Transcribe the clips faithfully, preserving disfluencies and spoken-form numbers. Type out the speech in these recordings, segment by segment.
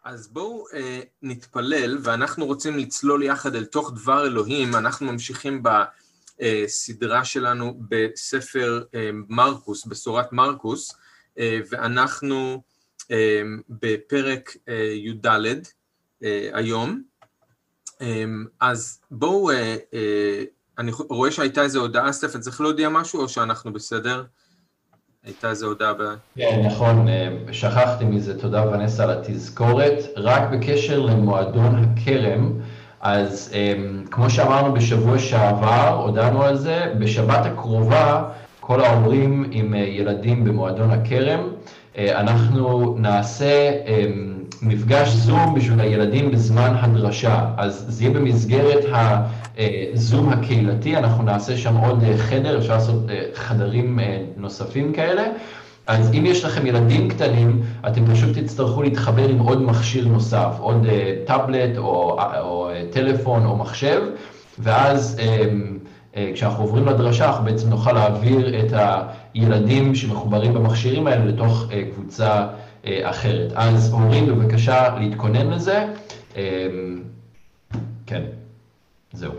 אז בואו אה, נתפלל, ואנחנו רוצים לצלול יחד אל תוך דבר אלוהים. אנחנו ממשיכים בסדרה שלנו בספר אה, מרקוס, בשורת מרקוס, אה, ואנחנו אה, בפרק אה, י"ד אה, היום. אה, אז בואו, אה, אה, אני רואה שהייתה איזו הודעה, סטפן, צריך להודיע משהו או שאנחנו בסדר? הייתה איזו הודעה ב... כן, נכון, שכחתי מזה, תודה ונסה על התזכורת. רק בקשר למועדון הכרם, אז כמו שאמרנו בשבוע שעבר, הודענו על זה, בשבת הקרובה, כל ההורים עם ילדים במועדון הכרם, אנחנו נעשה מפגש זום בשביל הילדים בזמן הדרשה, אז זה יהיה במסגרת הזום הקהילתי, אנחנו נעשה שם עוד חדר, אפשר לעשות חדרים נוספים כאלה, אז אם יש לכם ילדים קטנים, אתם פשוט תצטרכו להתחבר עם עוד מכשיר נוסף, עוד טאבלט או, או טלפון או מחשב, ואז כשאנחנו עוברים לדרשה, אנחנו בעצם נוכל להעביר את הילדים שמחוברים במכשירים האלה לתוך קבוצה אחרת. אז הורים בבקשה להתכונן לזה. כן, זהו.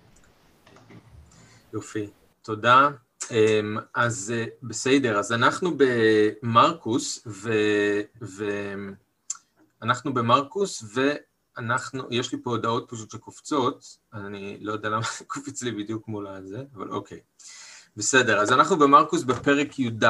יופי, תודה. אז בסדר, אז אנחנו במרקוס, ואנחנו במרקוס, ואנחנו, יש לי פה הודעות פשוט שקופצות, אני לא יודע למה זה קופץ לי בדיוק מול הזה, אבל אוקיי. בסדר, אז אנחנו במרקוס בפרק י"ד,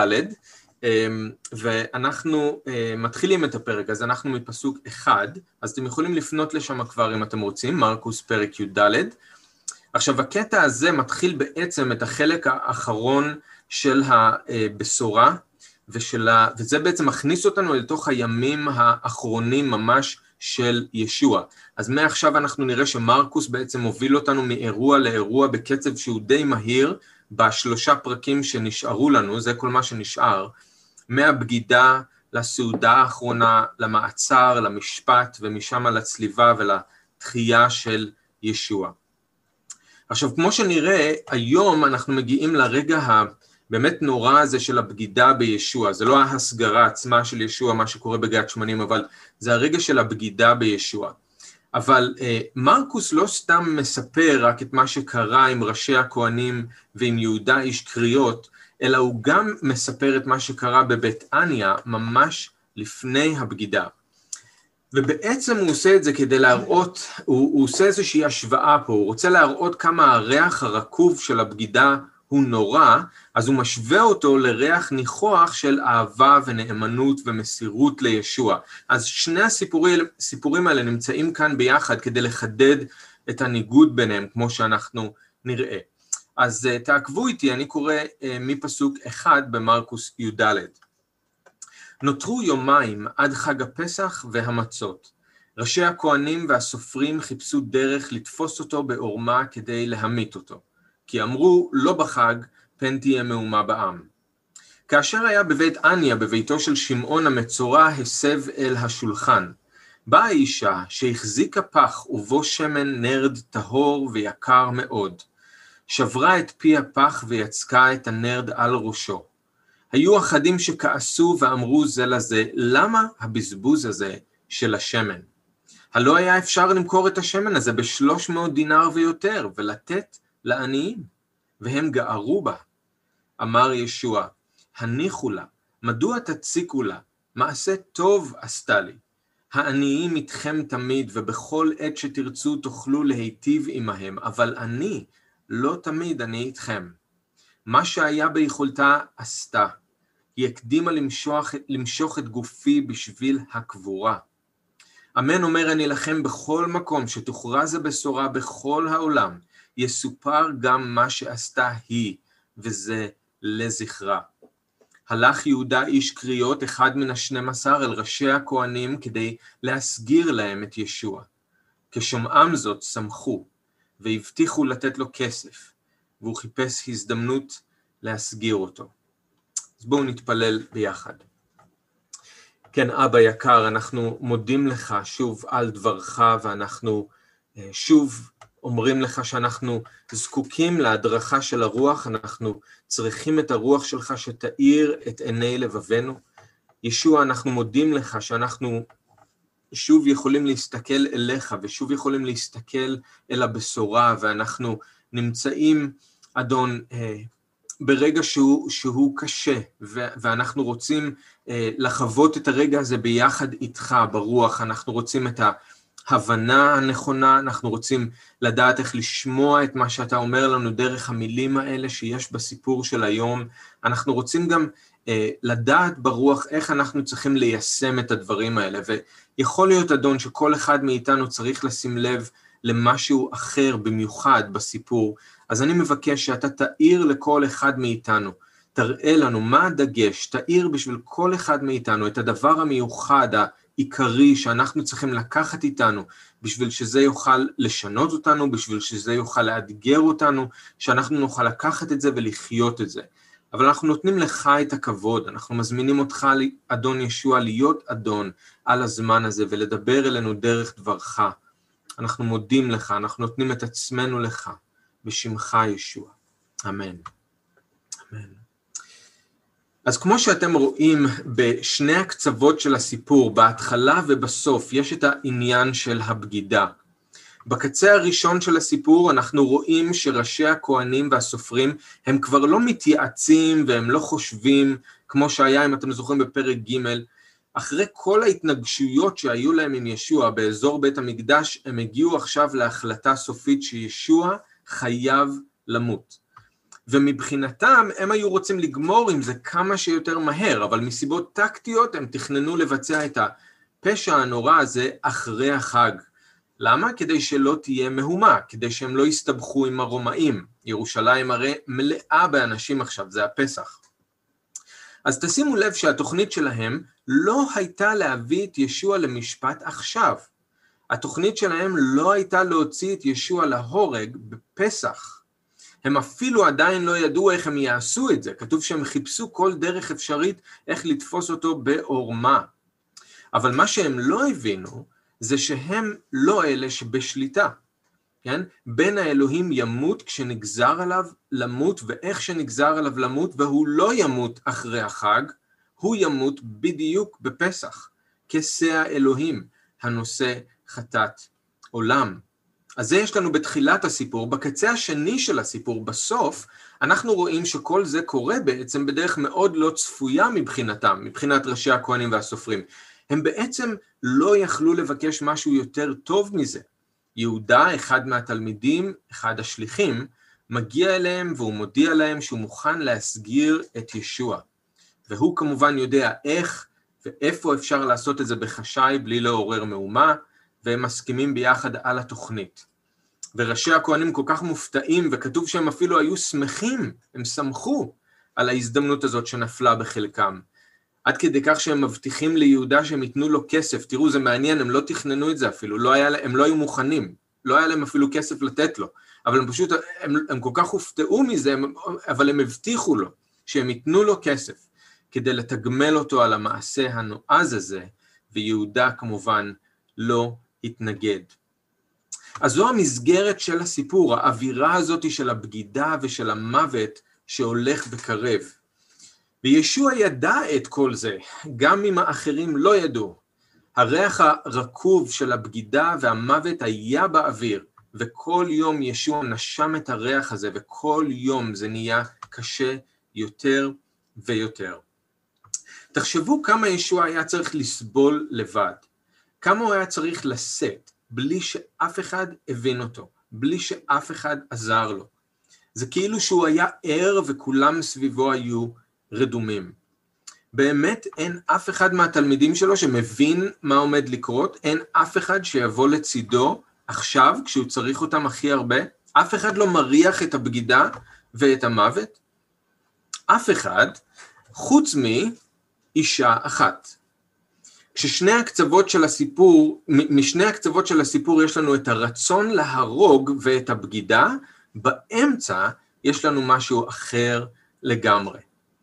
ואנחנו מתחילים את הפרק, אז אנחנו מפסוק אחד, אז אתם יכולים לפנות לשם כבר אם אתם רוצים, מרקוס פרק י"ד. עכשיו, הקטע הזה מתחיל בעצם את החלק האחרון של הבשורה, ושלה, וזה בעצם מכניס אותנו לתוך הימים האחרונים ממש של ישוע. אז מעכשיו אנחנו נראה שמרקוס בעצם מוביל אותנו מאירוע לאירוע בקצב שהוא די מהיר, בשלושה פרקים שנשארו לנו, זה כל מה שנשאר, מהבגידה לסעודה האחרונה, למעצר, למשפט, ומשם לצליבה ולתחייה של ישוע. עכשיו, כמו שנראה, היום אנחנו מגיעים לרגע הבאמת נורא הזה של הבגידה בישוע. זה לא ההסגרה עצמה של ישוע, מה שקורה בגת שמונים, אבל זה הרגע של הבגידה בישוע. אבל אה, מרקוס לא סתם מספר רק את מה שקרה עם ראשי הכהנים ועם יהודה איש קריות, אלא הוא גם מספר את מה שקרה בבית אניה ממש לפני הבגידה. ובעצם הוא עושה את זה כדי להראות, הוא, הוא עושה איזושהי השוואה פה, הוא רוצה להראות כמה הריח הרקוב של הבגידה הוא נורא, אז הוא משווה אותו לריח ניחוח של אהבה ונאמנות ומסירות לישוע. אז שני הסיפורים, הסיפורים האלה נמצאים כאן ביחד כדי לחדד את הניגוד ביניהם, כמו שאנחנו נראה. אז תעקבו איתי, אני קורא מפסוק אחד במרקוס י"ד. נותרו יומיים עד חג הפסח והמצות. ראשי הכהנים והסופרים חיפשו דרך לתפוס אותו בעורמה כדי להמית אותו. כי אמרו, לא בחג, פן תהיה מהומה בעם. כאשר היה בבית אניה, בביתו של שמעון המצורע, הסב אל השולחן. באה האישה שהחזיקה פח ובו שמן נרד טהור ויקר מאוד. שברה את פי הפח ויצקה את הנרד על ראשו. היו אחדים שכעסו ואמרו זה לזה, למה הבזבוז הזה של השמן? הלא היה אפשר למכור את השמן הזה בשלוש מאות דינר ויותר, ולתת לעניים, והם גערו בה. אמר ישוע, הניחו לה, מדוע תציקו לה? מעשה טוב עשתה לי. העניים איתכם תמיד, ובכל עת שתרצו תוכלו להיטיב עמהם, אבל אני, לא תמיד אני איתכם. מה שהיה ביכולתה עשתה. היא הקדימה למשוך, למשוך את גופי בשביל הקבורה. אמן אומר אני לכם בכל מקום שתוכרז הבשורה בכל העולם, יסופר גם מה שעשתה היא, וזה לזכרה. הלך יהודה איש קריות, אחד מן השנים עשר, אל ראשי הכהנים כדי להסגיר להם את ישוע. כשומעם זאת שמחו, והבטיחו לתת לו כסף, והוא חיפש הזדמנות להסגיר אותו. אז בואו נתפלל ביחד. כן, אבא יקר, אנחנו מודים לך שוב על דברך, ואנחנו שוב אומרים לך שאנחנו זקוקים להדרכה של הרוח, אנחנו צריכים את הרוח שלך שתאיר את עיני לבבנו. ישוע, אנחנו מודים לך שאנחנו שוב יכולים להסתכל אליך, ושוב יכולים להסתכל אל הבשורה, ואנחנו נמצאים, אדון, ברגע שהוא, שהוא קשה, ואנחנו רוצים לחוות את הרגע הזה ביחד איתך ברוח, אנחנו רוצים את ההבנה הנכונה, אנחנו רוצים לדעת איך לשמוע את מה שאתה אומר לנו דרך המילים האלה שיש בסיפור של היום, אנחנו רוצים גם לדעת ברוח איך אנחנו צריכים ליישם את הדברים האלה, ויכול להיות אדון שכל אחד מאיתנו צריך לשים לב למשהו אחר במיוחד בסיפור, אז אני מבקש שאתה תאיר לכל אחד מאיתנו, תראה לנו מה הדגש, תאיר בשביל כל אחד מאיתנו את הדבר המיוחד, העיקרי שאנחנו צריכים לקחת איתנו, בשביל שזה יוכל לשנות אותנו, בשביל שזה יוכל לאתגר אותנו, שאנחנו נוכל לקחת את זה ולחיות את זה. אבל אנחנו נותנים לך את הכבוד, אנחנו מזמינים אותך, אדון ישוע, להיות אדון על הזמן הזה, ולדבר אלינו דרך דברך. אנחנו מודים לך, אנחנו נותנים את עצמנו לך, בשמך ישוע. אמן. אמן. אז כמו שאתם רואים בשני הקצוות של הסיפור, בהתחלה ובסוף, יש את העניין של הבגידה. בקצה הראשון של הסיפור אנחנו רואים שראשי הכהנים והסופרים הם כבר לא מתייעצים והם לא חושבים, כמו שהיה אם אתם זוכרים בפרק ג', אחרי כל ההתנגשויות שהיו להם עם ישוע באזור בית המקדש, הם הגיעו עכשיו להחלטה סופית שישוע חייב למות. ומבחינתם הם היו רוצים לגמור עם זה כמה שיותר מהר, אבל מסיבות טקטיות הם תכננו לבצע את הפשע הנורא הזה אחרי החג. למה? כדי שלא תהיה מהומה, כדי שהם לא יסתבכו עם הרומאים. ירושלים הרי מלאה באנשים עכשיו, זה הפסח. אז תשימו לב שהתוכנית שלהם לא הייתה להביא את ישוע למשפט עכשיו. התוכנית שלהם לא הייתה להוציא את ישוע להורג בפסח. הם אפילו עדיין לא ידעו איך הם יעשו את זה. כתוב שהם חיפשו כל דרך אפשרית איך לתפוס אותו בעורמה. אבל מה שהם לא הבינו, זה שהם לא אלה שבשליטה, כן? בין האלוהים ימות כשנגזר עליו למות, ואיך שנגזר עליו למות, והוא לא ימות אחרי החג, הוא ימות בדיוק בפסח, כסא האלוהים, הנושא חטאת עולם. אז זה יש לנו בתחילת הסיפור. בקצה השני של הסיפור, בסוף, אנחנו רואים שכל זה קורה בעצם בדרך מאוד לא צפויה מבחינתם, מבחינת ראשי הכהנים והסופרים. הם בעצם לא יכלו לבקש משהו יותר טוב מזה. יהודה, אחד מהתלמידים, אחד השליחים, מגיע אליהם והוא מודיע להם שהוא מוכן להסגיר את ישוע. והוא כמובן יודע איך ואיפה אפשר לעשות את זה בחשאי בלי לעורר מהומה, והם מסכימים ביחד על התוכנית. וראשי הכהנים כל כך מופתעים, וכתוב שהם אפילו היו שמחים, הם שמחו על ההזדמנות הזאת שנפלה בחלקם. עד כדי כך שהם מבטיחים ליהודה שהם ייתנו לו כסף. תראו, זה מעניין, הם לא תכננו את זה אפילו, לא היה, הם לא היו מוכנים, לא היה להם אפילו כסף לתת לו, אבל הם פשוט, הם, הם כל כך הופתעו מזה, הם, אבל הם הבטיחו לו שהם ייתנו לו כסף, כדי לתגמל אותו על המעשה הנועז הזה, ויהודה כמובן לא התנגד. אז זו המסגרת של הסיפור, האווירה הזאת של הבגידה ושל המוות שהולך בקרב. וישוע ידע את כל זה, גם אם האחרים לא ידעו. הריח הרקוב של הבגידה והמוות היה באוויר, וכל יום ישוע נשם את הריח הזה, וכל יום זה נהיה קשה יותר ויותר. תחשבו כמה ישוע היה צריך לסבול לבד, כמה הוא היה צריך לשאת, בלי שאף אחד הבין אותו, בלי שאף אחד עזר לו. זה כאילו שהוא היה ער וכולם סביבו היו רדומים. באמת אין אף אחד מהתלמידים שלו שמבין מה עומד לקרות, אין אף אחד שיבוא לצידו עכשיו כשהוא צריך אותם הכי הרבה, אף אחד לא מריח את הבגידה ואת המוות, אף אחד חוץ מאישה אחת. כששני הקצוות של הסיפור, משני הקצוות של הסיפור יש לנו את הרצון להרוג ואת הבגידה, באמצע יש לנו משהו אחר לגמרי.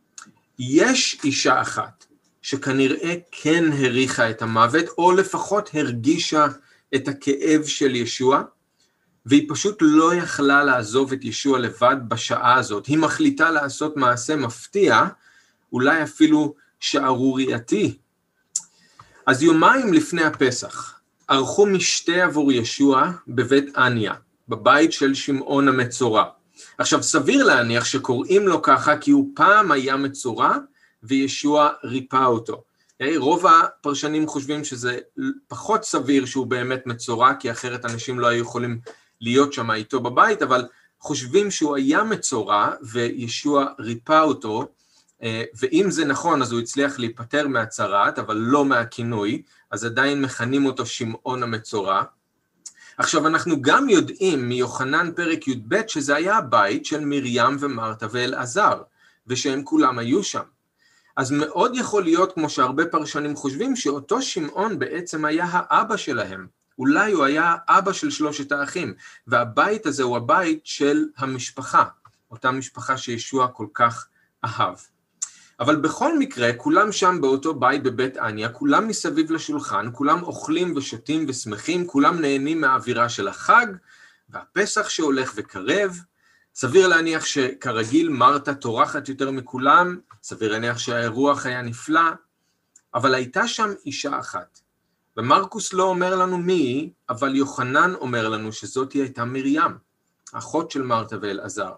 יש אישה אחת שכנראה כן הריחה את המוות, או לפחות הרגישה את הכאב של ישוע, והיא פשוט לא יכלה לעזוב את ישוע לבד בשעה הזאת. היא מחליטה לעשות מעשה מפתיע, אולי אפילו שערורייתי. אז יומיים לפני הפסח, ערכו משתה עבור ישוע בבית אניה, בבית של שמעון המצורע. עכשיו, סביר להניח שקוראים לו ככה, כי הוא פעם היה מצורע, וישוע ריפא אותו. רוב הפרשנים חושבים שזה פחות סביר שהוא באמת מצורע, כי אחרת אנשים לא היו יכולים להיות שם איתו בבית, אבל חושבים שהוא היה מצורע, וישוע ריפא אותו, ואם זה נכון, אז הוא הצליח להיפטר מהצרת, אבל לא מהכינוי, אז עדיין מכנים אותו שמעון המצורע. עכשיו, אנחנו גם יודעים מיוחנן פרק י"ב, שזה היה הבית של מרים ומרתה ואלעזר, ושהם כולם היו שם. אז מאוד יכול להיות, כמו שהרבה פרשנים חושבים, שאותו שמעון בעצם היה האבא שלהם. אולי הוא היה האבא של שלושת האחים, והבית הזה הוא הבית של המשפחה, אותה משפחה שישוע כל כך אהב. אבל בכל מקרה, כולם שם באותו בית בבית אניה, כולם מסביב לשולחן, כולם אוכלים ושותים ושמחים, כולם נהנים מהאווירה של החג, והפסח שהולך וקרב. סביר להניח שכרגיל מרתה טורחת יותר מכולם, סביר להניח שהאירוח היה נפלא, אבל הייתה שם אישה אחת. ומרקוס לא אומר לנו מי היא, אבל יוחנן אומר לנו שזאת הייתה מרים, אחות של מרתה ואלעזר.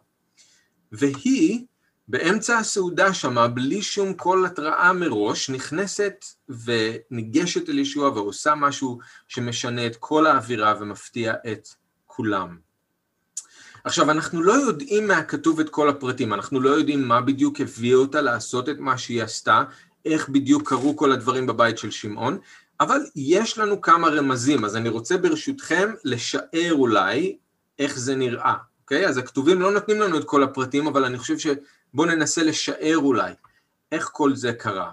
והיא, באמצע הסעודה שמה, בלי שום כל התראה מראש, נכנסת וניגשת אל ישוע ועושה משהו שמשנה את כל האווירה ומפתיע את כולם. עכשיו, אנחנו לא יודעים מה כתוב את כל הפרטים, אנחנו לא יודעים מה בדיוק הביא אותה לעשות את מה שהיא עשתה, איך בדיוק קרו כל הדברים בבית של שמעון, אבל יש לנו כמה רמזים, אז אני רוצה ברשותכם לשער אולי איך זה נראה, אוקיי? אז הכתובים לא נותנים לנו את כל הפרטים, אבל אני חושב שבואו ננסה לשער אולי איך כל זה קרה.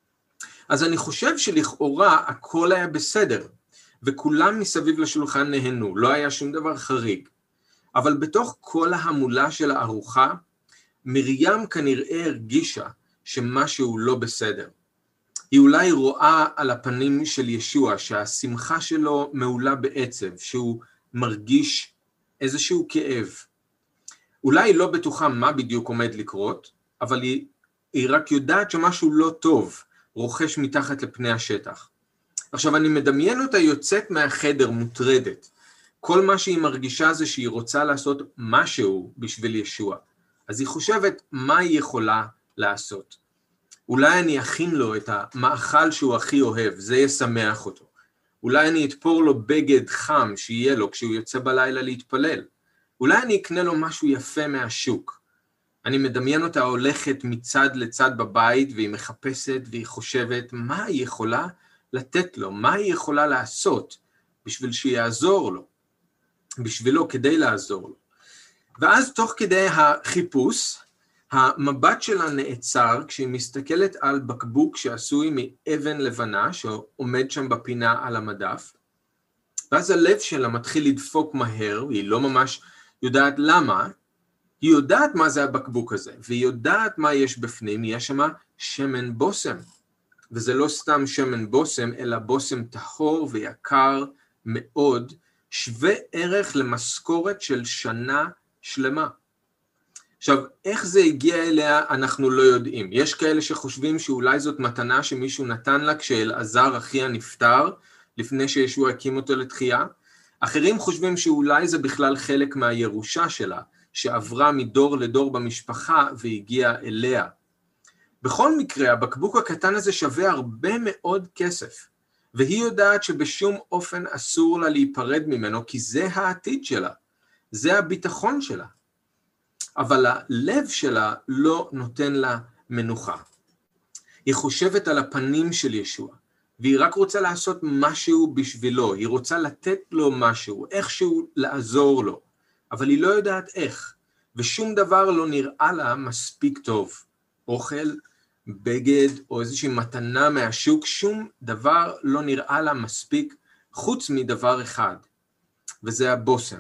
אז אני חושב שלכאורה הכל היה בסדר, וכולם מסביב לשולחן נהנו, לא היה שום דבר חריג. אבל בתוך כל ההמולה של הארוחה, מרים כנראה הרגישה שמשהו לא בסדר. היא אולי רואה על הפנים של ישוע שהשמחה שלו מעולה בעצב, שהוא מרגיש איזשהו כאב. אולי היא לא בטוחה מה בדיוק עומד לקרות, אבל היא, היא רק יודעת שמשהו לא טוב רוכש מתחת לפני השטח. עכשיו אני מדמיין אותה יוצאת מהחדר מוטרדת. כל מה שהיא מרגישה זה שהיא רוצה לעשות משהו בשביל ישוע. אז היא חושבת מה היא יכולה לעשות. אולי אני אכין לו את המאכל שהוא הכי אוהב, זה ישמח אותו. אולי אני אתפור לו בגד חם שיהיה לו כשהוא יוצא בלילה להתפלל. אולי אני אקנה לו משהו יפה מהשוק. אני מדמיין אותה הולכת מצד לצד בבית, והיא מחפשת והיא חושבת מה היא יכולה לתת לו, מה היא יכולה לעשות בשביל שיעזור לו, בשבילו כדי לעזור לו. ואז תוך כדי החיפוש, המבט שלה נעצר כשהיא מסתכלת על בקבוק שעשוי מאבן לבנה שעומד שם בפינה על המדף, ואז הלב שלה מתחיל לדפוק מהר, והיא לא ממש יודעת למה, היא יודעת מה זה הבקבוק הזה, והיא יודעת מה יש בפנים, יש שם שמן בוסם, וזה לא סתם שמן בוסם, אלא בוסם טהור ויקר מאוד, שווה ערך למשכורת של שנה שלמה. עכשיו, איך זה הגיע אליה אנחנו לא יודעים. יש כאלה שחושבים שאולי זאת מתנה שמישהו נתן לה כשאלעזר אחיה נפטר, לפני שישוע הקים אותו לתחייה. אחרים חושבים שאולי זה בכלל חלק מהירושה שלה, שעברה מדור לדור במשפחה והגיעה אליה. בכל מקרה, הבקבוק הקטן הזה שווה הרבה מאוד כסף, והיא יודעת שבשום אופן אסור לה להיפרד ממנו, כי זה העתיד שלה, זה הביטחון שלה. אבל הלב שלה לא נותן לה מנוחה. היא חושבת על הפנים של ישוע, והיא רק רוצה לעשות משהו בשבילו, היא רוצה לתת לו משהו, איכשהו לעזור לו, אבל היא לא יודעת איך, ושום דבר לא נראה לה מספיק טוב. אוכל, בגד או איזושהי מתנה מהשוק, שום דבר לא נראה לה מספיק, חוץ מדבר אחד, וזה הבוסם.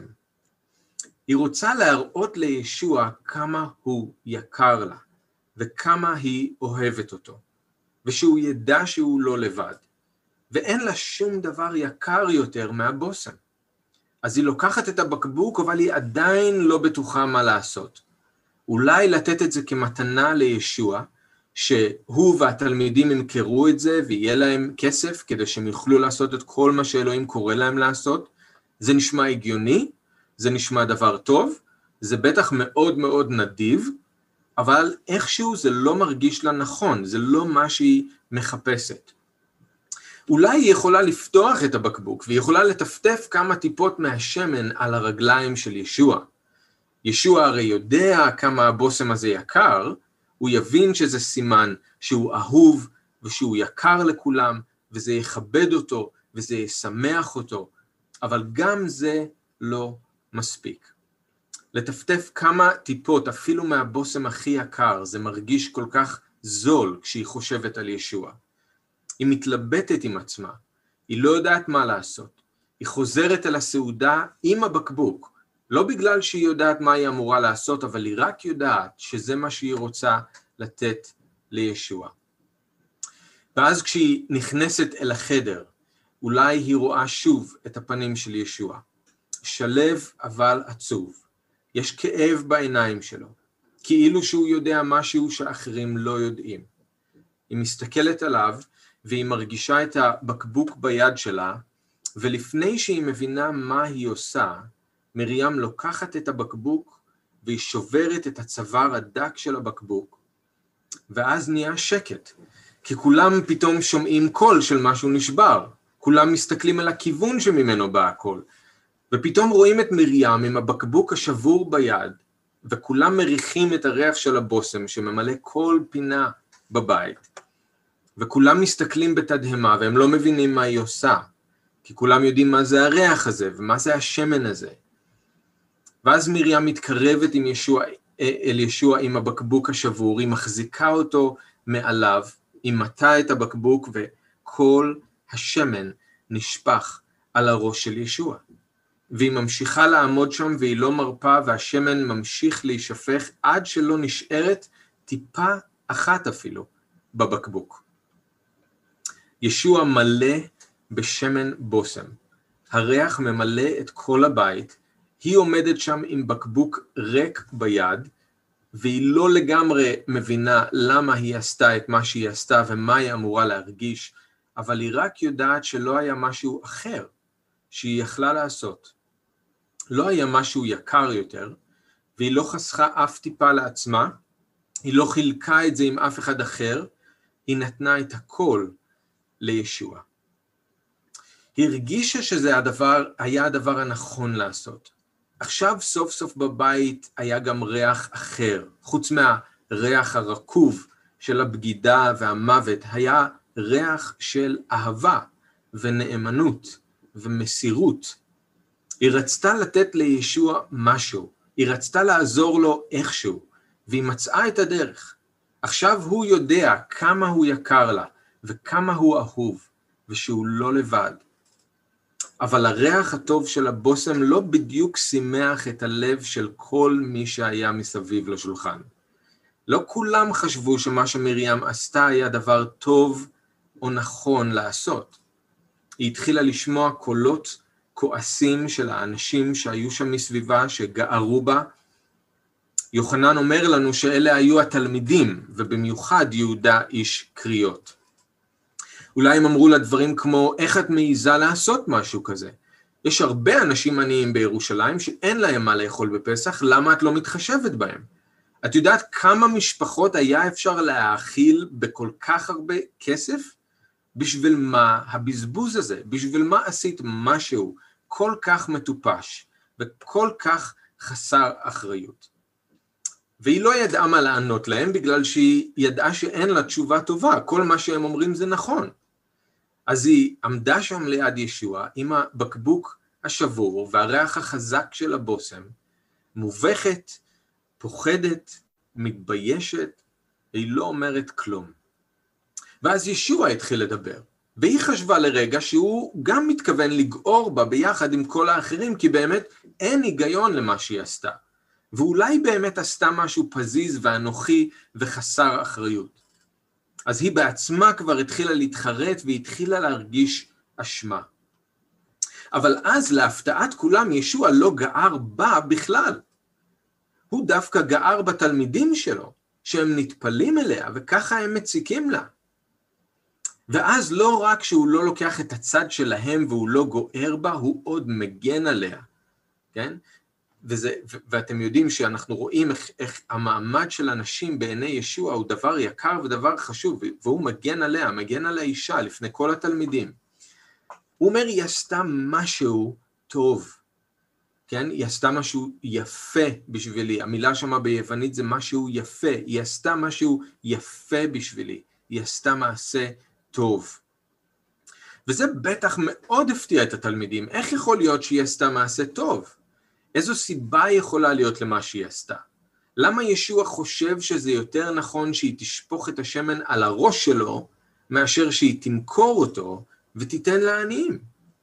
היא רוצה להראות לישוע כמה הוא יקר לה, וכמה היא אוהבת אותו, ושהוא ידע שהוא לא לבד, ואין לה שום דבר יקר יותר מהבוסם. אז היא לוקחת את הבקבוק, אבל היא עדיין לא בטוחה מה לעשות. אולי לתת את זה כמתנה לישוע, שהוא והתלמידים ימכרו את זה ויהיה להם כסף כדי שהם יוכלו לעשות את כל מה שאלוהים קורא להם לעשות. זה נשמע הגיוני, זה נשמע דבר טוב, זה בטח מאוד מאוד נדיב, אבל איכשהו זה לא מרגיש לה נכון, זה לא מה שהיא מחפשת. אולי היא יכולה לפתוח את הבקבוק, והיא יכולה לטפטף כמה טיפות מהשמן על הרגליים של ישוע. ישוע הרי יודע כמה הבושם הזה יקר, הוא יבין שזה סימן שהוא אהוב, ושהוא יקר לכולם, וזה יכבד אותו, וזה ישמח אותו, אבל גם זה לא מספיק. לטפטף כמה טיפות, אפילו מהבושם הכי יקר, זה מרגיש כל כך זול כשהיא חושבת על ישוע. היא מתלבטת עם עצמה, היא לא יודעת מה לעשות. היא חוזרת אל הסעודה עם הבקבוק, לא בגלל שהיא יודעת מה היא אמורה לעשות, אבל היא רק יודעת שזה מה שהיא רוצה לתת לישוע. ואז כשהיא נכנסת אל החדר, אולי היא רואה שוב את הפנים של ישוע. שלב אבל עצוב. יש כאב בעיניים שלו, כאילו שהוא יודע משהו שאחרים לא יודעים. היא מסתכלת עליו, והיא מרגישה את הבקבוק ביד שלה, ולפני שהיא מבינה מה היא עושה, מרים לוקחת את הבקבוק, והיא שוברת את הצוואר הדק של הבקבוק, ואז נהיה שקט, כי כולם פתאום שומעים קול של משהו נשבר, כולם מסתכלים על הכיוון שממנו בא הקול, ופתאום רואים את מרים עם הבקבוק השבור ביד, וכולם מריחים את הריח של הבושם שממלא כל פינה בבית. וכולם מסתכלים בתדהמה, והם לא מבינים מה היא עושה, כי כולם יודעים מה זה הריח הזה, ומה זה השמן הזה. ואז מרים מתקרבת עם ישוע, אל ישוע עם הבקבוק השבור, היא מחזיקה אותו מעליו, היא מטה את הבקבוק, וכל השמן נשפך על הראש של ישוע. והיא ממשיכה לעמוד שם, והיא לא מרפה, והשמן ממשיך להישפך, עד שלא נשארת טיפה אחת אפילו בבקבוק. ישוע מלא בשמן בושם. הריח ממלא את כל הבית, היא עומדת שם עם בקבוק ריק ביד, והיא לא לגמרי מבינה למה היא עשתה את מה שהיא עשתה ומה היא אמורה להרגיש, אבל היא רק יודעת שלא היה משהו אחר שהיא יכלה לעשות. לא היה משהו יקר יותר, והיא לא חסכה אף טיפה לעצמה, היא לא חילקה את זה עם אף אחד אחר, היא נתנה את הכל לישוע. היא הרגישה שזה הדבר, היה הדבר הנכון לעשות. עכשיו סוף סוף בבית היה גם ריח אחר, חוץ מהריח הרקוב של הבגידה והמוות, היה ריח של אהבה ונאמנות ומסירות. היא רצתה לתת לישוע משהו, היא רצתה לעזור לו איכשהו, והיא מצאה את הדרך. עכשיו הוא יודע כמה הוא יקר לה, וכמה הוא אהוב, ושהוא לא לבד. אבל הריח הטוב של הבושם לא בדיוק שימח את הלב של כל מי שהיה מסביב לשולחן. לא כולם חשבו שמה שמרים עשתה היה דבר טוב או נכון לעשות. היא התחילה לשמוע קולות כועסים של האנשים שהיו שם מסביבה, שגערו בה. יוחנן אומר לנו שאלה היו התלמידים, ובמיוחד יהודה איש קריות. אולי הם אמרו לה דברים כמו, איך את מעיזה לעשות משהו כזה? יש הרבה אנשים עניים בירושלים שאין להם מה לאכול בפסח, למה את לא מתחשבת בהם? את יודעת כמה משפחות היה אפשר להאכיל בכל כך הרבה כסף? בשביל מה הבזבוז הזה? בשביל מה עשית משהו כל כך מטופש וכל כך חסר אחריות? והיא לא ידעה מה לענות להם, בגלל שהיא ידעה שאין לה תשובה טובה, כל מה שהם אומרים זה נכון. אז היא עמדה שם ליד ישוע עם הבקבוק השבור והריח החזק של הבושם, מובכת, פוחדת, מתביישת, והיא לא אומרת כלום. ואז ישוע התחיל לדבר, והיא חשבה לרגע שהוא גם מתכוון לגעור בה ביחד עם כל האחרים, כי באמת אין היגיון למה שהיא עשתה. ואולי באמת עשתה משהו פזיז ואנוכי וחסר אחריות. אז היא בעצמה כבר התחילה להתחרט והתחילה להרגיש אשמה. אבל אז להפתעת כולם ישוע לא גער בה בכלל. הוא דווקא גער בתלמידים שלו, שהם נטפלים אליה, וככה הם מציקים לה. ואז לא רק שהוא לא לוקח את הצד שלהם והוא לא גוער בה, הוא עוד מגן עליה, כן? וזה, ו- ואתם יודעים שאנחנו רואים איך, איך המעמד של אנשים בעיני ישוע הוא דבר יקר ודבר חשוב, והוא מגן עליה, מגן על האישה לפני כל התלמידים. הוא אומר, היא עשתה משהו טוב, כן? היא עשתה משהו יפה בשבילי, המילה שמה ביוונית זה משהו יפה, היא עשתה משהו יפה בשבילי, היא עשתה מעשה טוב. וזה בטח מאוד הפתיע את התלמידים, איך יכול להיות שהיא עשתה מעשה טוב? איזו סיבה יכולה להיות למה שהיא עשתה? למה ישוע חושב שזה יותר נכון שהיא תשפוך את השמן על הראש שלו, מאשר שהיא תמכור אותו ותיתן לעניים?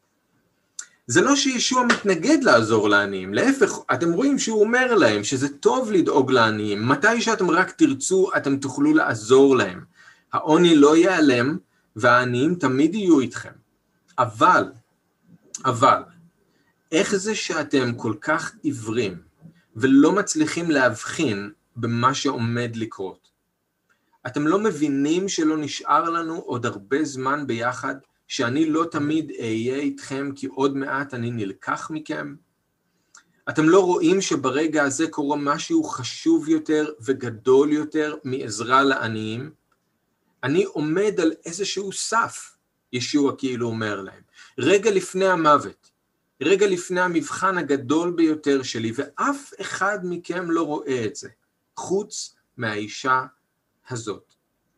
זה לא שישוע מתנגד לעזור לעניים, להפך, אתם רואים שהוא אומר להם שזה טוב לדאוג לעניים, מתי שאתם רק תרצו אתם תוכלו לעזור להם. העוני לא ייעלם והעניים תמיד יהיו איתכם. אבל, אבל, איך זה שאתם כל כך עיוורים ולא מצליחים להבחין במה שעומד לקרות? אתם לא מבינים שלא נשאר לנו עוד הרבה זמן ביחד, שאני לא תמיד אהיה איתכם כי עוד מעט אני נלקח מכם? אתם לא רואים שברגע הזה קורה משהו חשוב יותר וגדול יותר מעזרה לעניים? אני עומד על איזשהו סף, ישוע כאילו אומר להם, רגע לפני המוות, רגע לפני המבחן הגדול ביותר שלי, ואף אחד מכם לא רואה את זה, חוץ מהאישה הזאת.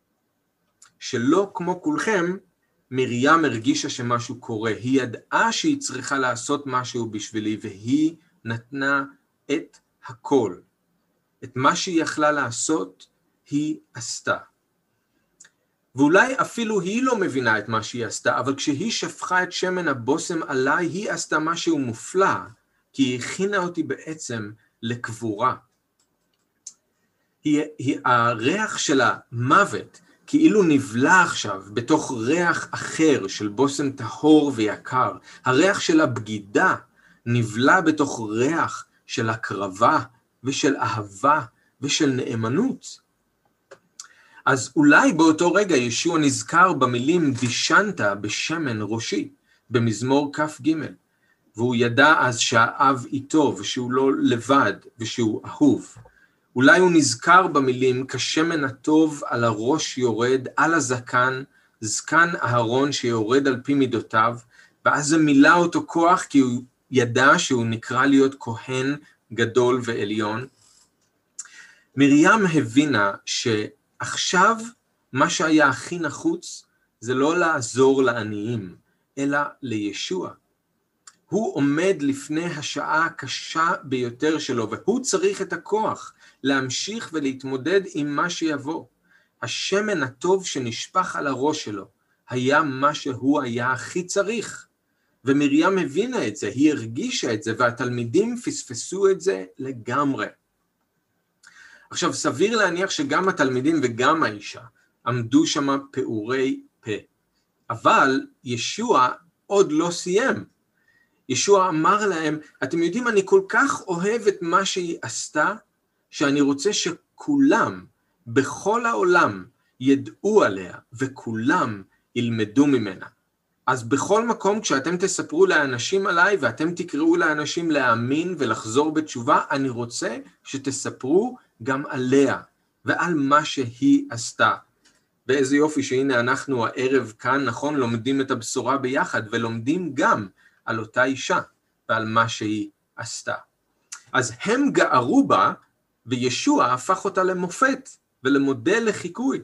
שלא כמו כולכם, מרים הרגישה שמשהו קורה, היא ידעה שהיא צריכה לעשות משהו בשבילי, והיא נתנה את הכל. את מה שהיא יכלה לעשות, היא עשתה. ואולי אפילו היא לא מבינה את מה שהיא עשתה, אבל כשהיא שפכה את שמן הבושם עליי, היא עשתה משהו מופלא, כי היא הכינה אותי בעצם לקבורה. היא, היא, הריח של המוות, כאילו נבלע עכשיו בתוך ריח אחר של בושם טהור ויקר. הריח של הבגידה נבלע בתוך ריח של הקרבה ושל אהבה ושל נאמנות. אז אולי באותו רגע ישוע נזכר במילים דישנת בשמן ראשי, במזמור כף ג', והוא ידע אז שהאב איתו ושהוא לא לבד ושהוא אהוב. אולי הוא נזכר במילים כשמן הטוב על הראש יורד, על הזקן, זקן אהרון שיורד על פי מידותיו, ואז זה מילא אותו כוח כי הוא ידע שהוא נקרא להיות כהן גדול ועליון. מרים הבינה שעכשיו מה שהיה הכי נחוץ זה לא לעזור לעניים, אלא לישוע. הוא עומד לפני השעה הקשה ביותר שלו, והוא צריך את הכוח להמשיך ולהתמודד עם מה שיבוא. השמן הטוב שנשפך על הראש שלו היה מה שהוא היה הכי צריך. ומרים הבינה את זה, היא הרגישה את זה, והתלמידים פספסו את זה לגמרי. עכשיו, סביר להניח שגם התלמידים וגם האישה עמדו שם פעורי פה. אבל ישוע עוד לא סיים. ישוע אמר להם, אתם יודעים, אני כל כך אוהב את מה שהיא עשתה, שאני רוצה שכולם, בכל העולם, ידעו עליה, וכולם ילמדו ממנה. אז בכל מקום, כשאתם תספרו לאנשים עליי, ואתם תקראו לאנשים להאמין ולחזור בתשובה, אני רוצה שתספרו גם עליה, ועל מה שהיא עשתה. ואיזה יופי שהנה אנחנו הערב כאן, נכון, לומדים את הבשורה ביחד, ולומדים גם על אותה אישה, ועל מה שהיא עשתה. אז הם גערו בה, וישוע הפך אותה למופת, ולמודל לחיקוי.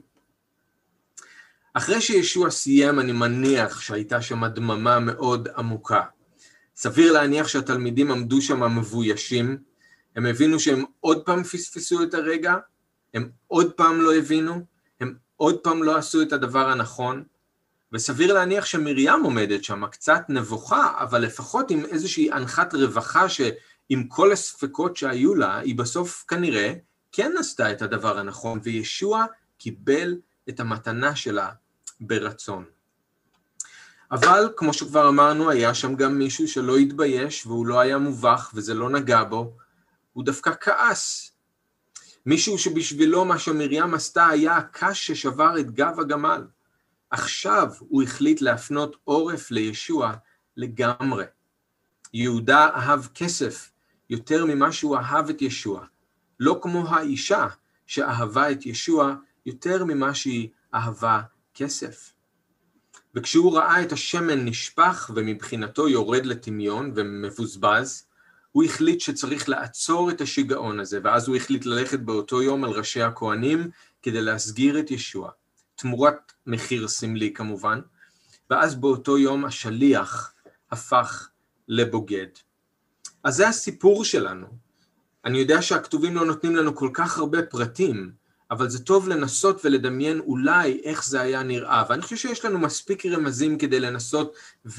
אחרי שישוע סיים, אני מניח שהייתה שם דממה מאוד עמוקה. סביר להניח שהתלמידים עמדו שם מבוישים, הם הבינו שהם עוד פעם פספסו את הרגע, הם עוד פעם לא הבינו, הם עוד פעם לא עשו את הדבר הנכון, וסביר להניח שמרים עומדת שם קצת נבוכה, אבל לפחות עם איזושהי הנחת רווחה שעם כל הספקות שהיו לה, היא בסוף כנראה כן עשתה את הדבר הנכון, וישוע קיבל את המתנה שלה ברצון. אבל כמו שכבר אמרנו, היה שם גם מישהו שלא התבייש, והוא לא היה מובך וזה לא נגע בו, הוא דווקא כעס. מישהו שבשבילו מה שמרים עשתה היה הקש ששבר את גב הגמל. עכשיו הוא החליט להפנות עורף לישוע לגמרי. יהודה אהב כסף יותר ממה שהוא אהב את ישוע, לא כמו האישה שאהבה את ישוע יותר ממה שהיא אהבה כסף. וכשהוא ראה את השמן נשפך ומבחינתו יורד לטמיון ומבוזבז, הוא החליט שצריך לעצור את השיגעון הזה, ואז הוא החליט ללכת באותו יום על ראשי הכהנים כדי להסגיר את ישוע, תמורת מחיר סמלי כמובן, ואז באותו יום השליח הפך לבוגד. אז זה הסיפור שלנו. אני יודע שהכתובים לא נותנים לנו כל כך הרבה פרטים, אבל זה טוב לנסות ולדמיין אולי איך זה היה נראה, ואני חושב שיש לנו מספיק רמזים כדי לנסות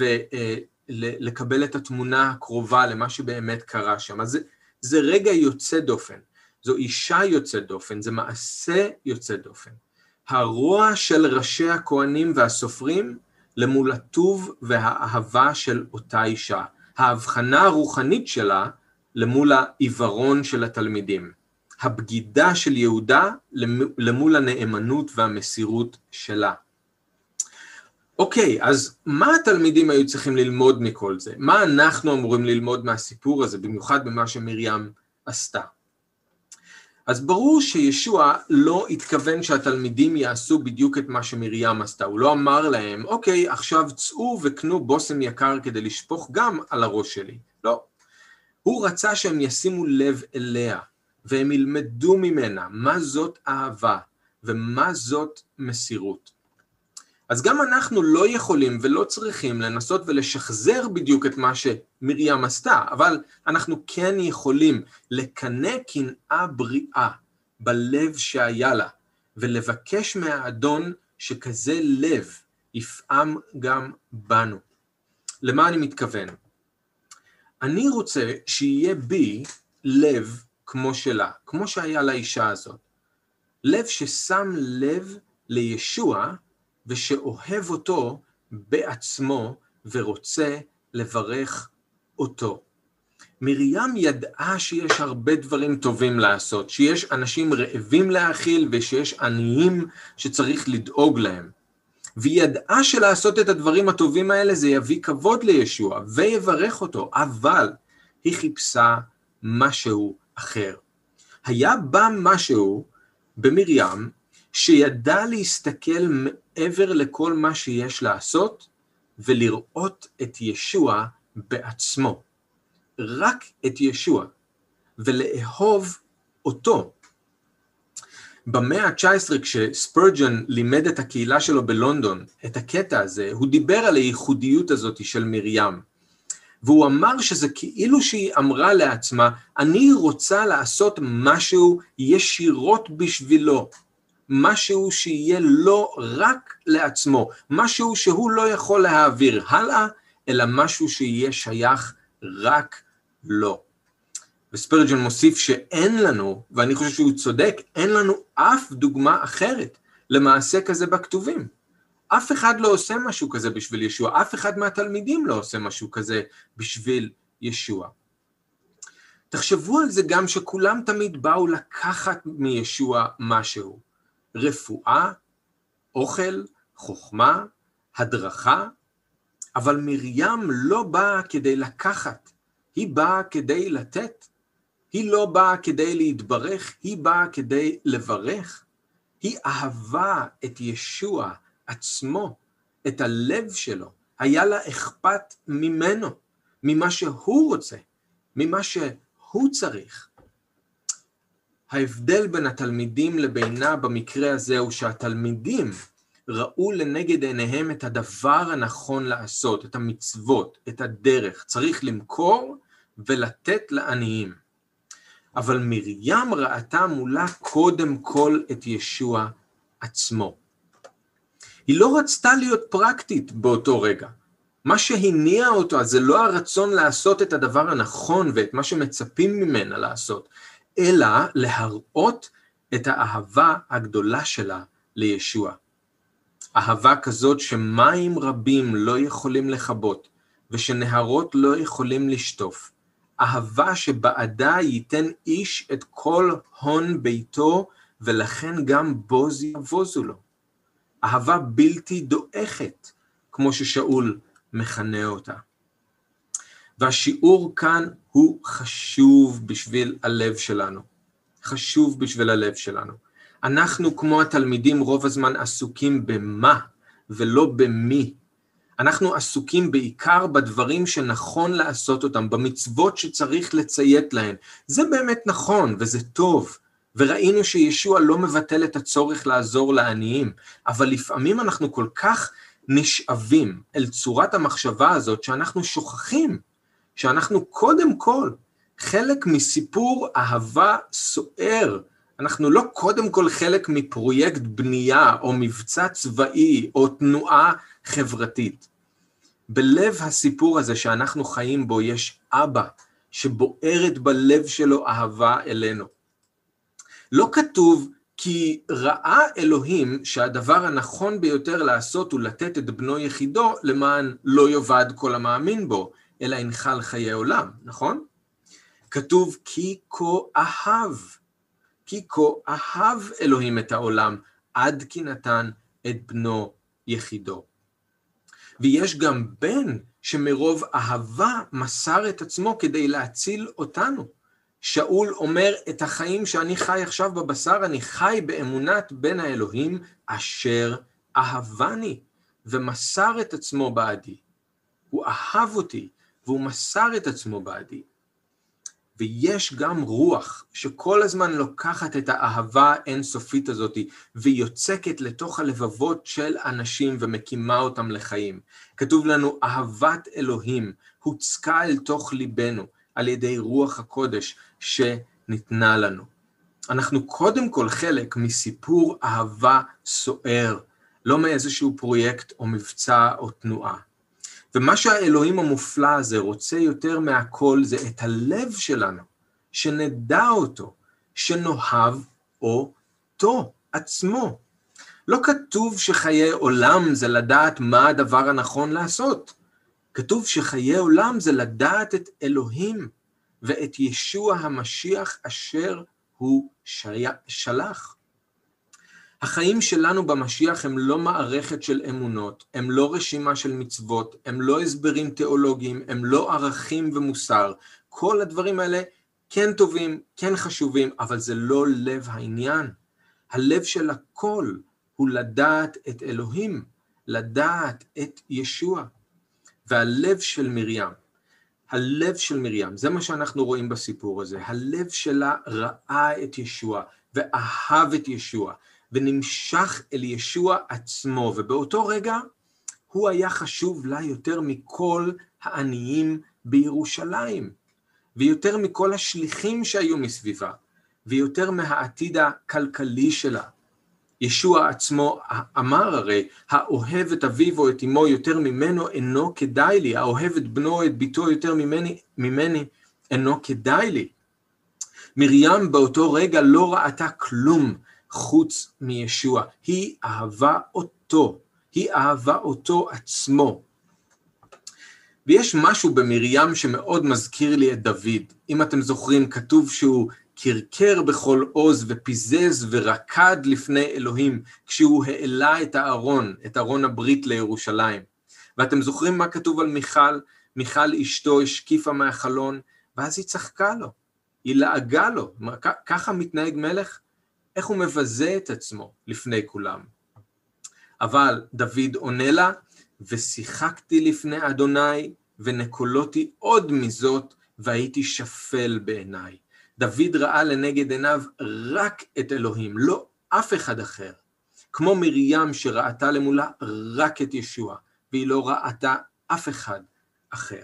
ולקבל את התמונה הקרובה למה שבאמת קרה שם. אז זה, זה רגע יוצא דופן, זו אישה יוצא דופן, זה מעשה יוצא דופן. הרוע של ראשי הכהנים והסופרים למול הטוב והאהבה של אותה אישה, ההבחנה הרוחנית שלה למול העיוורון של התלמידים. הבגידה של יהודה למול הנאמנות והמסירות שלה. אוקיי, אז מה התלמידים היו צריכים ללמוד מכל זה? מה אנחנו אמורים ללמוד מהסיפור הזה, במיוחד במה שמרים עשתה? אז ברור שישוע לא התכוון שהתלמידים יעשו בדיוק את מה שמרים עשתה. הוא לא אמר להם, אוקיי, עכשיו צאו וקנו בושם יקר כדי לשפוך גם על הראש שלי. לא. הוא רצה שהם ישימו לב אליה. והם ילמדו ממנה מה זאת אהבה ומה זאת מסירות. אז גם אנחנו לא יכולים ולא צריכים לנסות ולשחזר בדיוק את מה שמרים עשתה, אבל אנחנו כן יכולים לקנא קנאה בריאה בלב שהיה לה, ולבקש מהאדון שכזה לב יפעם גם בנו. למה אני מתכוון? אני רוצה שיהיה בי לב כמו שלה, כמו שהיה לאישה הזאת. לב ששם לב לישוע ושאוהב אותו בעצמו ורוצה לברך אותו. מרים ידעה שיש הרבה דברים טובים לעשות, שיש אנשים רעבים להאכיל ושיש עניים שצריך לדאוג להם. והיא ידעה שלעשות את הדברים הטובים האלה זה יביא כבוד לישוע ויברך אותו, אבל היא חיפשה משהו אחר. היה בה משהו במרים שידע להסתכל מעבר לכל מה שיש לעשות ולראות את ישוע בעצמו. רק את ישוע ולאהוב אותו. במאה ה-תשע עשרה כשספרג'ן לימד את הקהילה שלו בלונדון, את הקטע הזה, הוא דיבר על הייחודיות הזאת של מרים. והוא אמר שזה כאילו שהיא אמרה לעצמה, אני רוצה לעשות משהו ישירות בשבילו, משהו שיהיה לא רק לעצמו, משהו שהוא לא יכול להעביר הלאה, אלא משהו שיהיה שייך רק לו. וספרג'ן מוסיף שאין לנו, ואני חושב שהוא צודק, אין לנו אף דוגמה אחרת למעשה כזה בכתובים. אף אחד לא עושה משהו כזה בשביל ישוע, אף אחד מהתלמידים לא עושה משהו כזה בשביל ישוע. תחשבו על זה גם שכולם תמיד באו לקחת מישוע משהו. רפואה, אוכל, חוכמה, הדרכה, אבל מרים לא באה כדי לקחת, היא באה כדי לתת. היא לא באה כדי להתברך, היא באה כדי לברך. היא אהבה את ישוע עצמו, את הלב שלו. היה לה אכפת ממנו, ממה שהוא רוצה, ממה שהוא צריך. ההבדל בין התלמידים לבינה במקרה הזה הוא שהתלמידים ראו לנגד עיניהם את הדבר הנכון לעשות, את המצוות, את הדרך. צריך למכור ולתת לעניים. אבל מרים ראתה מולה קודם כל את ישוע עצמו. היא לא רצתה להיות פרקטית באותו רגע. מה שהניע אותו זה לא הרצון לעשות את הדבר הנכון ואת מה שמצפים ממנה לעשות, אלא להראות את האהבה הגדולה שלה לישוע. אהבה כזאת שמים רבים לא יכולים לחבות, ושנהרות לא יכולים לשטוף. אהבה שבעדה ייתן איש את כל הון ביתו, ולכן גם בוז יבוזו לו. אהבה בלתי דועכת, כמו ששאול מכנה אותה. והשיעור כאן הוא חשוב בשביל הלב שלנו. חשוב בשביל הלב שלנו. אנחנו כמו התלמידים רוב הזמן עסוקים במה ולא במי. אנחנו עסוקים בעיקר בדברים שנכון לעשות אותם, במצוות שצריך לציית להן. זה באמת נכון וזה טוב. וראינו שישוע לא מבטל את הצורך לעזור לעניים, אבל לפעמים אנחנו כל כך נשאבים אל צורת המחשבה הזאת שאנחנו שוכחים, שאנחנו קודם כל חלק מסיפור אהבה סוער, אנחנו לא קודם כל חלק מפרויקט בנייה או מבצע צבאי או תנועה חברתית. בלב הסיפור הזה שאנחנו חיים בו יש אבא שבוערת בלב שלו אהבה אלינו. לא כתוב כי ראה אלוהים שהדבר הנכון ביותר לעשות הוא לתת את בנו יחידו למען לא יאבד כל המאמין בו, אלא ינחל חיי עולם, נכון? כתוב כי כה אהב, כי כה אהב אלוהים את העולם, עד כי נתן את בנו יחידו. ויש גם בן שמרוב אהבה מסר את עצמו כדי להציל אותנו. שאול אומר, את החיים שאני חי עכשיו בבשר, אני חי באמונת בן האלוהים, אשר אהבני, ומסר את עצמו בעדי. הוא אהב אותי, והוא מסר את עצמו בעדי. ויש גם רוח, שכל הזמן לוקחת את האהבה האינסופית הזאת, ויוצקת לתוך הלבבות של אנשים, ומקימה אותם לחיים. כתוב לנו, אהבת אלוהים, הוצקה אל תוך ליבנו, על ידי רוח הקודש שניתנה לנו. אנחנו קודם כל חלק מסיפור אהבה סוער, לא מאיזשהו פרויקט או מבצע או תנועה. ומה שהאלוהים המופלא הזה רוצה יותר מהכל זה את הלב שלנו, שנדע אותו, שנאהב אותו עצמו. לא כתוב שחיי עולם זה לדעת מה הדבר הנכון לעשות. כתוב שחיי עולם זה לדעת את אלוהים ואת ישוע המשיח אשר הוא שלח. החיים שלנו במשיח הם לא מערכת של אמונות, הם לא רשימה של מצוות, הם לא הסברים תיאולוגיים, הם לא ערכים ומוסר. כל הדברים האלה כן טובים, כן חשובים, אבל זה לא לב העניין. הלב של הכל הוא לדעת את אלוהים, לדעת את ישוע. והלב של מרים, הלב של מרים, זה מה שאנחנו רואים בסיפור הזה, הלב שלה ראה את ישוע ואהב את ישוע, ונמשך אל ישוע עצמו, ובאותו רגע הוא היה חשוב לה יותר מכל העניים בירושלים, ויותר מכל השליחים שהיו מסביבה, ויותר מהעתיד הכלכלי שלה. ישוע עצמו אמר הרי, האוהב את אביו או את אמו יותר ממנו אינו כדאי לי, האוהב את בנו או את ביתו יותר ממני, ממני אינו כדאי לי. מרים באותו רגע לא ראתה כלום חוץ מישוע, היא אהבה אותו, היא אהבה אותו עצמו. ויש משהו במרים שמאוד מזכיר לי את דוד. אם אתם זוכרים, כתוב שהוא קרקר בכל עוז ופיזז ורקד לפני אלוהים, כשהוא העלה את הארון, את ארון הברית לירושלים. ואתם זוכרים מה כתוב על מיכל? מיכל אשתו השקיפה מהחלון, ואז היא צחקה לו, היא לעגה לו. ככה מתנהג מלך? איך הוא מבזה את עצמו לפני כולם. אבל דוד עונה לה, ושיחקתי לפני אדוני, ונקולותי עוד מזאת, והייתי שפל בעיניי. דוד ראה לנגד עיניו רק את אלוהים, לא אף אחד אחר. כמו מרים שראתה למולה רק את ישוע, והיא לא ראתה אף אחד אחר.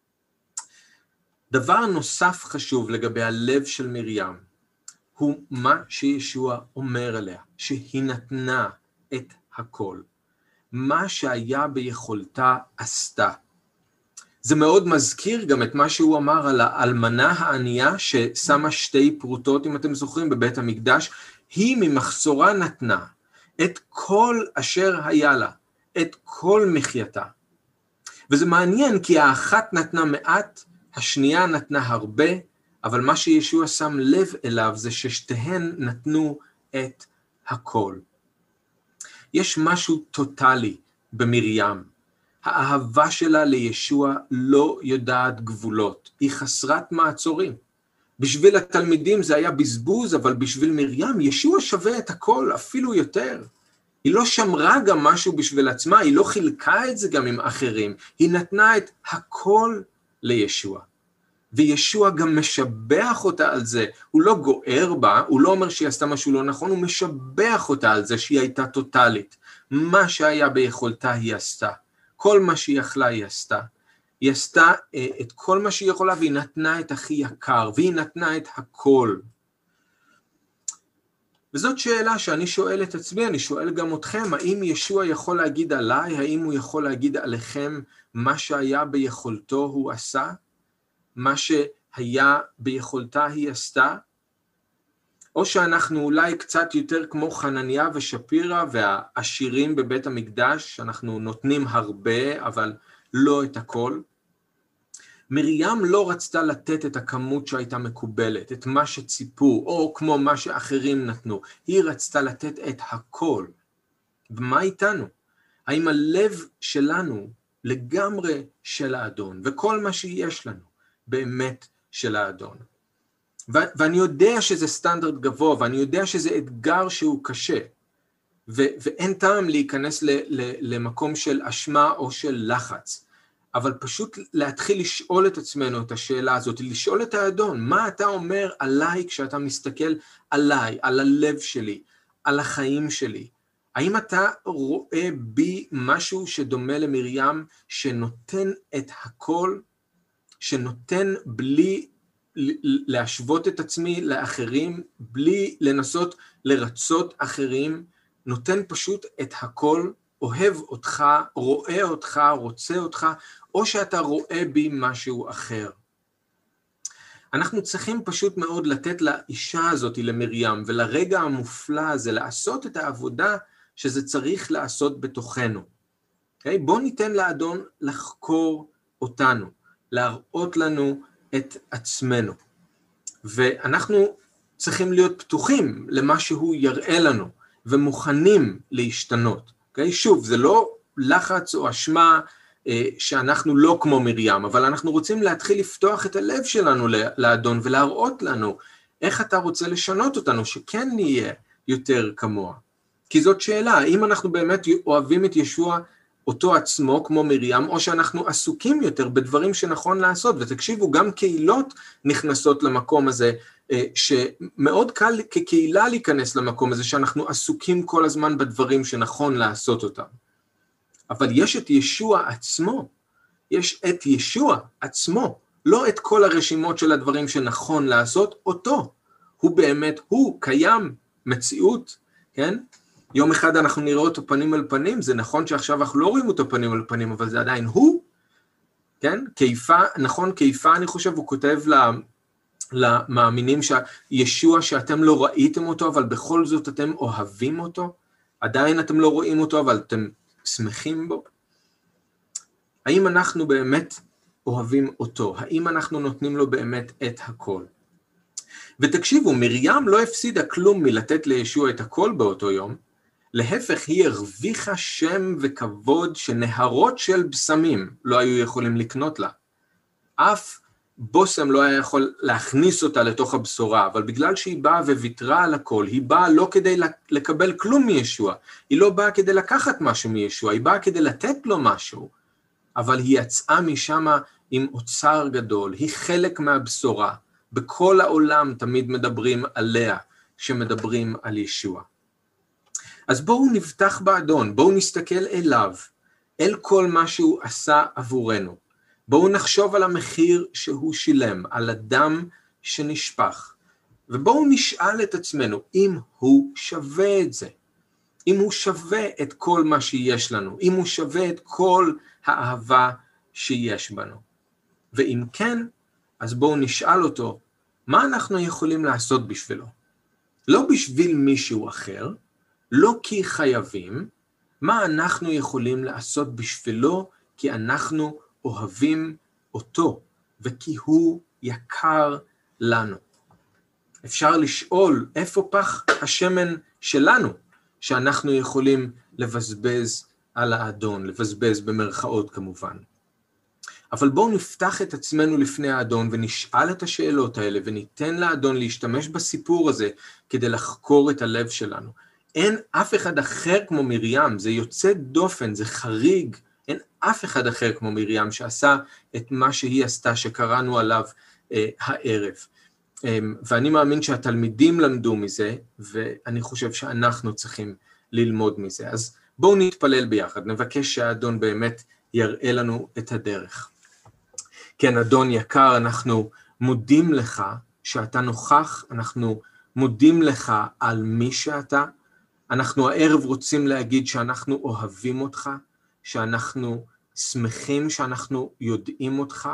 דבר נוסף חשוב לגבי הלב של מרים, הוא מה שישוע אומר עליה, שהיא נתנה את הכל. מה שהיה ביכולתה עשתה. זה מאוד מזכיר גם את מה שהוא אמר על האלמנה הענייה ששמה שתי פרוטות, אם אתם זוכרים, בבית המקדש. היא ממחסורה נתנה את כל אשר היה לה, את כל מחייתה. וזה מעניין כי האחת נתנה מעט, השנייה נתנה הרבה, אבל מה שישוע שם לב אליו זה ששתיהן נתנו את הכל. יש משהו טוטלי במרים. האהבה שלה לישוע לא יודעת גבולות, היא חסרת מעצורים. בשביל התלמידים זה היה בזבוז, אבל בשביל מרים ישוע שווה את הכל, אפילו יותר. היא לא שמרה גם משהו בשביל עצמה, היא לא חילקה את זה גם עם אחרים, היא נתנה את הכל לישוע. וישוע גם משבח אותה על זה, הוא לא גוער בה, הוא לא אומר שהיא עשתה משהו לא נכון, הוא משבח אותה על זה שהיא הייתה טוטלית. מה שהיה ביכולתה היא עשתה, כל מה שהיא יכלה היא עשתה. היא עשתה אה, את כל מה שהיא יכולה, והיא נתנה את הכי יקר, והיא נתנה את הכל. וזאת שאלה שאני שואל את עצמי, אני שואל גם אתכם, האם ישוע יכול להגיד עליי, האם הוא יכול להגיד עליכם, מה שהיה ביכולתו הוא עשה? מה שהיה ביכולתה היא עשתה? או שאנחנו אולי קצת יותר כמו חנניה ושפירה והעשירים בבית המקדש, אנחנו נותנים הרבה, אבל לא את הכל. מרים לא רצתה לתת את הכמות שהייתה מקובלת, את מה שציפו, או כמו מה שאחרים נתנו. היא רצתה לתת את הכל. ומה איתנו? האם הלב שלנו לגמרי של האדון, וכל מה שיש לנו באמת של האדון? ו- ואני יודע שזה סטנדרט גבוה, ואני יודע שזה אתגר שהוא קשה, ו- ואין טעם להיכנס ל- ל- למקום של אשמה או של לחץ. אבל פשוט להתחיל לשאול את עצמנו את השאלה הזאת, לשאול את האדון, מה אתה אומר עליי כשאתה מסתכל עליי, על הלב שלי, על החיים שלי? האם אתה רואה בי משהו שדומה למרים, שנותן את הכל, שנותן בלי להשוות את עצמי לאחרים, בלי לנסות לרצות אחרים, נותן פשוט את הכל, אוהב אותך, רואה אותך, רוצה אותך, או שאתה רואה בי משהו אחר. אנחנו צריכים פשוט מאוד לתת לאישה הזאת, למרים, ולרגע המופלא הזה, לעשות את העבודה שזה צריך לעשות בתוכנו. Okay? בואו ניתן לאדון לחקור אותנו, להראות לנו את עצמנו. ואנחנו צריכים להיות פתוחים למה שהוא יראה לנו, ומוכנים להשתנות. Okay? שוב, זה לא לחץ או אשמה אה, שאנחנו לא כמו מרים, אבל אנחנו רוצים להתחיל לפתוח את הלב שלנו לאדון, ולהראות לנו איך אתה רוצה לשנות אותנו, שכן נהיה יותר כמוה. כי זאת שאלה, האם אנחנו באמת אוהבים את ישוע אותו עצמו כמו מרים, או שאנחנו עסוקים יותר בדברים שנכון לעשות, ותקשיבו, גם קהילות נכנסות למקום הזה, שמאוד קל כקהילה להיכנס למקום הזה, שאנחנו עסוקים כל הזמן בדברים שנכון לעשות אותם. אבל יש את ישוע עצמו, יש את ישוע עצמו, לא את כל הרשימות של הדברים שנכון לעשות, אותו. הוא באמת, הוא קיים, מציאות, כן? יום אחד אנחנו נראה אותו פנים על פנים, זה נכון שעכשיו אנחנו לא רואים אותו פנים על פנים, אבל זה עדיין הוא, כן? כיפה, נכון, כיפה אני חושב, הוא כותב למאמינים שישוע שאתם לא ראיתם אותו, אבל בכל זאת אתם אוהבים אותו, עדיין אתם לא רואים אותו, אבל אתם שמחים בו. האם אנחנו באמת אוהבים אותו? האם אנחנו נותנים לו באמת את הכל? ותקשיבו, מרים לא הפסידה כלום מלתת לישוע את הכל באותו יום, להפך היא הרוויחה שם וכבוד שנהרות של בשמים לא היו יכולים לקנות לה. אף בושם לא היה יכול להכניס אותה לתוך הבשורה, אבל בגלל שהיא באה וויתרה על הכל, היא באה לא כדי לקבל כלום מישוע, היא לא באה כדי לקחת משהו מישוע, היא באה כדי לתת לו משהו, אבל היא יצאה משם עם אוצר גדול, היא חלק מהבשורה, בכל העולם תמיד מדברים עליה, כשמדברים על ישוע. אז בואו נבטח באדון, בואו נסתכל אליו, אל כל מה שהוא עשה עבורנו. בואו נחשוב על המחיר שהוא שילם, על הדם שנשפך, ובואו נשאל את עצמנו אם הוא שווה את זה, אם הוא שווה את כל מה שיש לנו, אם הוא שווה את כל האהבה שיש בנו. ואם כן, אז בואו נשאל אותו, מה אנחנו יכולים לעשות בשבילו? לא בשביל מישהו אחר, לא כי חייבים, מה אנחנו יכולים לעשות בשבילו, כי אנחנו אוהבים אותו, וכי הוא יקר לנו. אפשר לשאול איפה פח השמן שלנו, שאנחנו יכולים לבזבז על האדון, לבזבז במרכאות כמובן. אבל בואו נפתח את עצמנו לפני האדון ונשאל את השאלות האלה וניתן לאדון להשתמש בסיפור הזה כדי לחקור את הלב שלנו. אין אף אחד אחר כמו מרים, זה יוצא דופן, זה חריג, אין אף אחד אחר כמו מרים שעשה את מה שהיא עשתה, שקראנו עליו אה, הערב. אה, ואני מאמין שהתלמידים למדו מזה, ואני חושב שאנחנו צריכים ללמוד מזה. אז בואו נתפלל ביחד, נבקש שהאדון באמת יראה לנו את הדרך. כן, אדון יקר, אנחנו מודים לך שאתה נוכח, אנחנו מודים לך על מי שאתה, אנחנו הערב רוצים להגיד שאנחנו אוהבים אותך, שאנחנו שמחים שאנחנו יודעים אותך,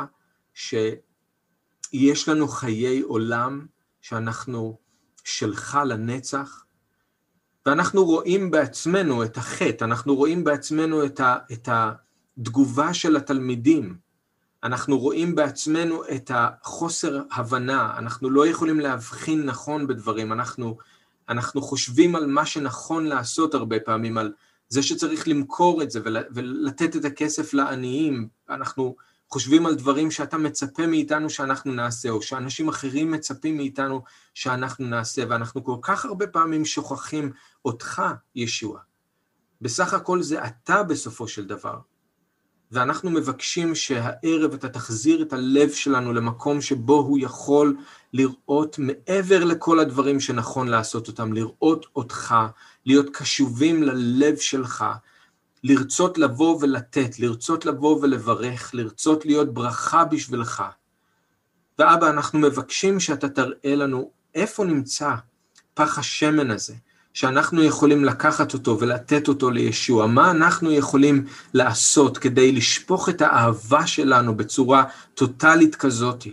שיש לנו חיי עולם, שאנחנו שלך לנצח, ואנחנו רואים בעצמנו את החטא, אנחנו רואים בעצמנו את, ה, את התגובה של התלמידים, אנחנו רואים בעצמנו את החוסר הבנה, אנחנו לא יכולים להבחין נכון בדברים, אנחנו, אנחנו חושבים על מה שנכון לעשות הרבה פעמים, על זה שצריך למכור את זה ולתת את הכסף לעניים, אנחנו חושבים על דברים שאתה מצפה מאיתנו שאנחנו נעשה, או שאנשים אחרים מצפים מאיתנו שאנחנו נעשה, ואנחנו כל כך הרבה פעמים שוכחים אותך, ישוע. בסך הכל זה אתה בסופו של דבר. ואנחנו מבקשים שהערב אתה תחזיר את הלב שלנו למקום שבו הוא יכול לראות מעבר לכל הדברים שנכון לעשות אותם, לראות אותך, להיות קשובים ללב שלך, לרצות לבוא ולתת, לרצות לבוא ולברך, לרצות להיות ברכה בשבילך. ואבא, אנחנו מבקשים שאתה תראה לנו איפה נמצא פח השמן הזה, שאנחנו יכולים לקחת אותו ולתת אותו לישוע, מה אנחנו יכולים לעשות כדי לשפוך את האהבה שלנו בצורה טוטלית כזאת.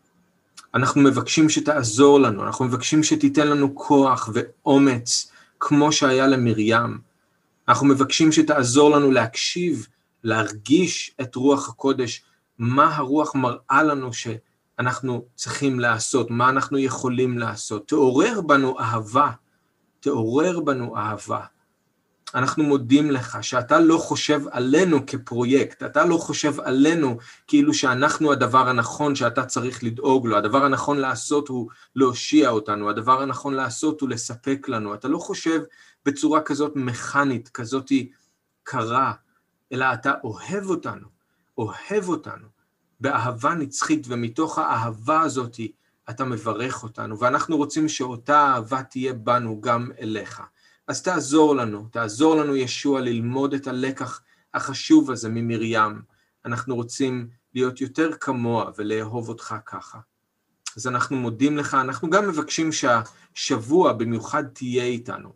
אנחנו מבקשים שתעזור לנו, אנחנו מבקשים שתיתן לנו כוח ואומץ, כמו שהיה למרים. אנחנו מבקשים שתעזור לנו להקשיב, להרגיש את רוח הקודש, מה הרוח מראה לנו שאנחנו צריכים לעשות, מה אנחנו יכולים לעשות. תעורר בנו אהבה, תעורר בנו אהבה. אנחנו מודים לך שאתה לא חושב עלינו כפרויקט, אתה לא חושב עלינו כאילו שאנחנו הדבר הנכון שאתה צריך לדאוג לו, הדבר הנכון לעשות הוא להושיע אותנו, הדבר הנכון לעשות הוא לספק לנו, אתה לא חושב בצורה כזאת מכנית, כזאת קרה, אלא אתה אוהב אותנו, אוהב אותנו באהבה נצחית, ומתוך האהבה הזאת אתה מברך אותנו, ואנחנו רוצים שאותה אהבה תהיה בנו גם אליך. אז תעזור לנו, תעזור לנו ישוע ללמוד את הלקח החשוב הזה ממרים. אנחנו רוצים להיות יותר כמוה ולאהוב אותך ככה. אז אנחנו מודים לך, אנחנו גם מבקשים שהשבוע במיוחד תהיה איתנו.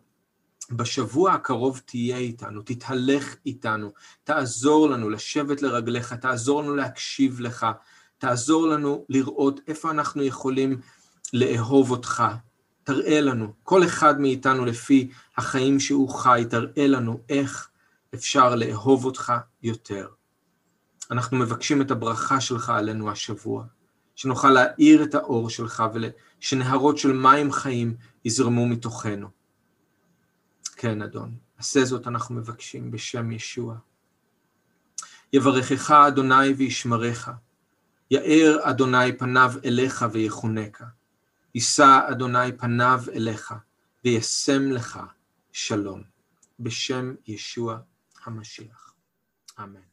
בשבוע הקרוב תהיה איתנו, תתהלך איתנו, תעזור לנו לשבת לרגליך, תעזור לנו להקשיב לך, תעזור לנו לראות איפה אנחנו יכולים לאהוב אותך. תראה לנו, כל אחד מאיתנו לפי החיים שהוא חי, תראה לנו איך אפשר לאהוב אותך יותר. אנחנו מבקשים את הברכה שלך עלינו השבוע, שנוכל להאיר את האור שלך, ושנהרות של מים חיים יזרמו מתוכנו. כן, אדון, עשה זאת אנחנו מבקשים בשם ישוע. יברכך אדוני וישמרך, יאר אדוני פניו אליך ויחונקה. יישא אדוני פניו אליך, וישם לך שלום, בשם ישוע המשיח. אמן.